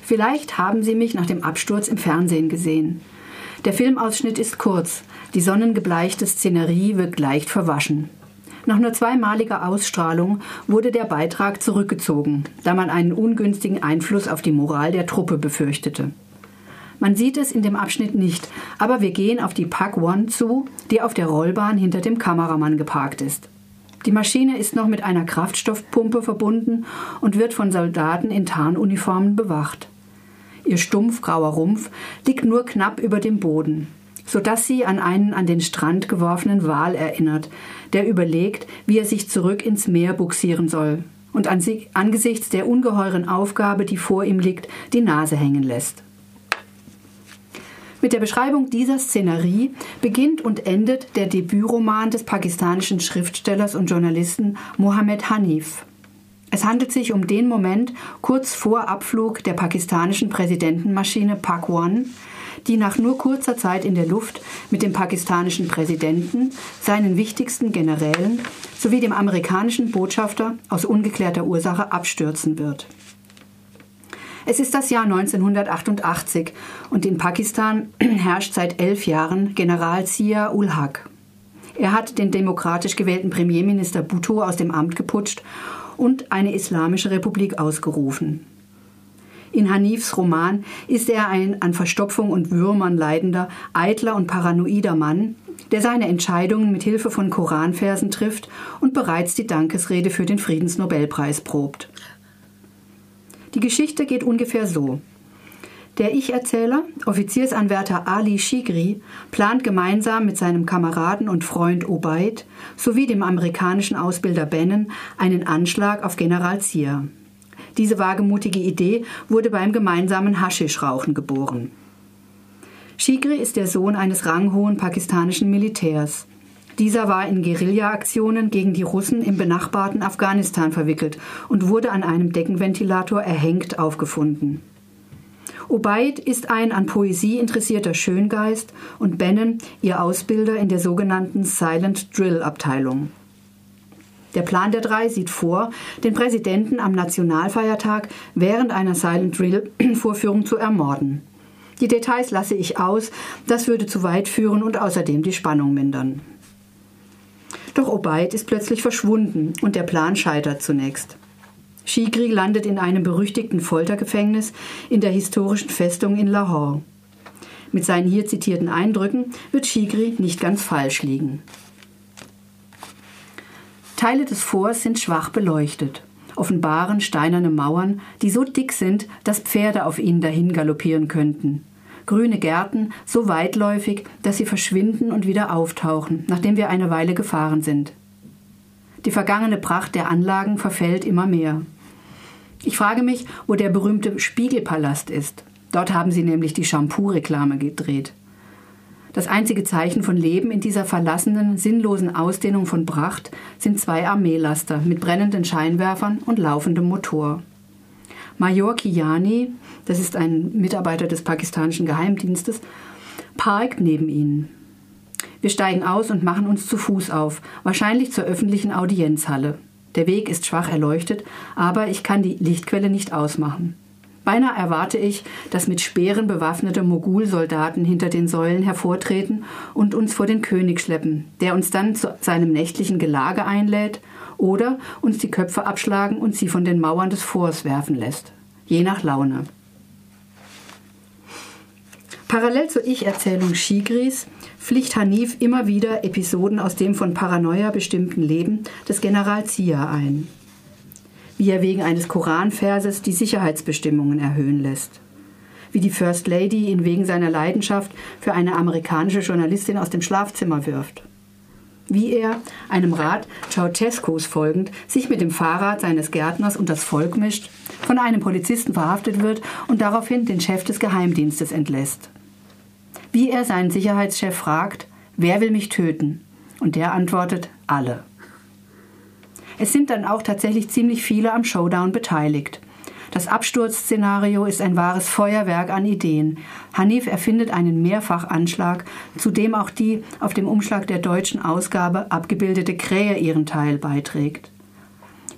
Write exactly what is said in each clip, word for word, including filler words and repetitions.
Vielleicht haben Sie mich nach dem Absturz im Fernsehen gesehen. Der Filmausschnitt ist kurz, die sonnengebleichte Szenerie wirkt leicht verwaschen. Nach nur zweimaliger Ausstrahlung wurde der Beitrag zurückgezogen, da man einen ungünstigen Einfluss auf die Moral der Truppe befürchtete. Man sieht es in dem Abschnitt nicht, aber wir gehen auf die Pak One zu, die auf der Rollbahn hinter dem Kameramann geparkt ist. Die Maschine ist noch mit einer Kraftstoffpumpe verbunden und wird von Soldaten in Tarnuniformen bewacht. Ihr stumpfgrauer Rumpf liegt nur knapp über dem Boden, sodass sie an einen an den Strand geworfenen Wal erinnert, der überlegt, wie er sich zurück ins Meer bugsieren soll und an sich, angesichts der ungeheuren Aufgabe, die vor ihm liegt, die Nase hängen lässt. Mit der Beschreibung dieser Szenerie beginnt und endet der Debütroman des pakistanischen Schriftstellers und Journalisten Mohammed Hanif. Es handelt sich um den Moment kurz vor Abflug der pakistanischen Präsidentenmaschine Pak One, die nach nur kurzer Zeit in der Luft mit dem pakistanischen Präsidenten, seinen wichtigsten Generälen sowie dem amerikanischen Botschafter aus ungeklärter Ursache abstürzen wird. Es ist das Jahr neunzehnhundertachtundachtzig und in Pakistan herrscht seit elf Jahren General Zia-ul-Haq. Er hat den demokratisch gewählten Premierminister Bhutto aus dem Amt geputscht und eine islamische Republik ausgerufen. In Hanifs Roman ist er ein an Verstopfung und Würmern leidender, eitler und paranoider Mann, der seine Entscheidungen mit Hilfe von Koranversen trifft und bereits die Dankesrede für den Friedensnobelpreis probt. Die Geschichte geht ungefähr so. Der Ich-Erzähler, Offiziersanwärter Ali Shigri, plant gemeinsam mit seinem Kameraden und Freund Obaid sowie dem amerikanischen Ausbilder Bannon einen Anschlag auf General Zia. Diese wagemutige Idee wurde beim gemeinsamen Haschischrauchen geboren. Shigri ist der Sohn eines ranghohen pakistanischen Militärs. Dieser war in Guerilla-Aktionen gegen die Russen im benachbarten Afghanistan verwickelt und wurde an einem Deckenventilator erhängt aufgefunden. Obaid ist ein an Poesie interessierter Schöngeist und Bannon ihr Ausbilder in der sogenannten Silent Drill Abteilung. Der Plan der drei sieht vor, den Präsidenten am Nationalfeiertag während einer Silent Drill Vorführung zu ermorden. Die Details lasse ich aus, das würde zu weit führen und außerdem die Spannung mindern. Doch Obaid ist plötzlich verschwunden und der Plan scheitert zunächst. Shigri landet in einem berüchtigten Foltergefängnis in der historischen Festung in Lahore. Mit seinen hier zitierten Eindrücken wird Shigri nicht ganz falsch liegen. Teile des Forts sind schwach beleuchtet, offenbaren steinerne Mauern, die so dick sind, dass Pferde auf ihnen dahin galoppieren könnten. Grüne Gärten, so weitläufig, dass sie verschwinden und wieder auftauchen, nachdem wir eine Weile gefahren sind. Die vergangene Pracht der Anlagen verfällt immer mehr. Ich frage mich, wo der berühmte Spiegelpalast ist. Dort haben sie nämlich die Shampoo-Reklame gedreht. Das einzige Zeichen von Leben in dieser verlassenen, sinnlosen Ausdehnung von Pracht sind zwei Armeelaster mit brennenden Scheinwerfern und laufendem Motor. Major Kiani, das ist ein Mitarbeiter des pakistanischen Geheimdienstes, parkt neben ihnen. Wir steigen aus und machen uns zu Fuß auf, wahrscheinlich zur öffentlichen Audienzhalle. Der Weg ist schwach erleuchtet, aber ich kann die Lichtquelle nicht ausmachen. Beinahe erwarte ich, dass mit Speeren bewaffnete Mogulsoldaten hinter den Säulen hervortreten und uns vor den König schleppen, der uns dann zu seinem nächtlichen Gelage einlädt oder uns die Köpfe abschlagen und sie von den Mauern des Forts werfen lässt. Je nach Laune. Parallel zur Ich-Erzählung Shigris pflicht Hanif immer wieder Episoden aus dem von Paranoia bestimmten Leben des General Zia ein. Wie er wegen eines Koranverses die Sicherheitsbestimmungen erhöhen lässt. Wie die First Lady ihn wegen seiner Leidenschaft für eine amerikanische Journalistin aus dem Schlafzimmer wirft. Wie er, einem Rat Ceausescus folgend, sich mit dem Fahrrad seines Gärtners und das Volk mischt, von einem Polizisten verhaftet wird und daraufhin den Chef des Geheimdienstes entlässt. Wie er seinen Sicherheitschef fragt, wer will mich töten? Und der antwortet, alle. Es sind dann auch tatsächlich ziemlich viele am Showdown beteiligt. Das Absturzszenario ist ein wahres Feuerwerk an Ideen. Hanif erfindet einen Mehrfachanschlag, zu dem auch die auf dem Umschlag der deutschen Ausgabe abgebildete Krähe ihren Teil beiträgt.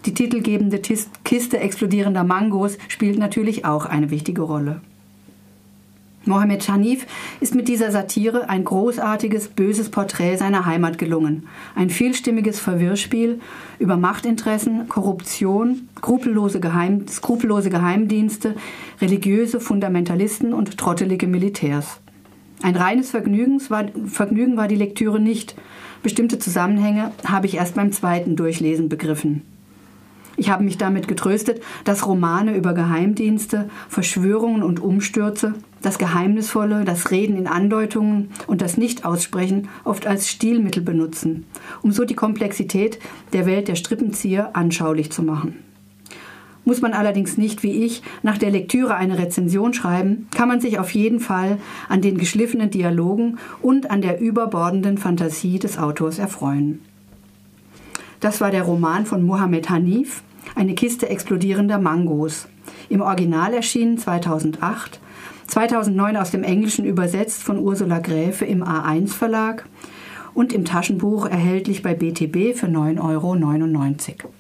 Die titelgebende Kiste explodierender Mangos spielt natürlich auch eine wichtige Rolle. Mohammed Hanif ist mit dieser Satire ein großartiges, böses Porträt seiner Heimat gelungen. Ein vielstimmiges Verwirrspiel über Machtinteressen, Korruption, skrupellose, Geheim, skrupellose Geheimdienste, religiöse Fundamentalisten und trottelige Militärs. Ein reines Vergnügens war, Vergnügen war die Lektüre nicht. Bestimmte Zusammenhänge habe ich erst beim zweiten Durchlesen begriffen. Ich habe mich damit getröstet, dass Romane über Geheimdienste, Verschwörungen und Umstürze, das Geheimnisvolle, das Reden in Andeutungen und das Nicht-Aussprechen oft als Stilmittel benutzen, um so die Komplexität der Welt der Strippenzieher anschaulich zu machen. Muss man allerdings nicht, wie ich, nach der Lektüre eine Rezension schreiben, kann man sich auf jeden Fall an den geschliffenen Dialogen und an der überbordenden Fantasie des Autors erfreuen. Das war der Roman von Mohammed Hanif, Eine Kiste explodierender Mangos. Im Original erschienen zweitausendacht, zweitausendneun aus dem Englischen übersetzt von Ursula Gräfe im A eins Verlag und im Taschenbuch erhältlich bei B T B für neun Euro neunundneunzig.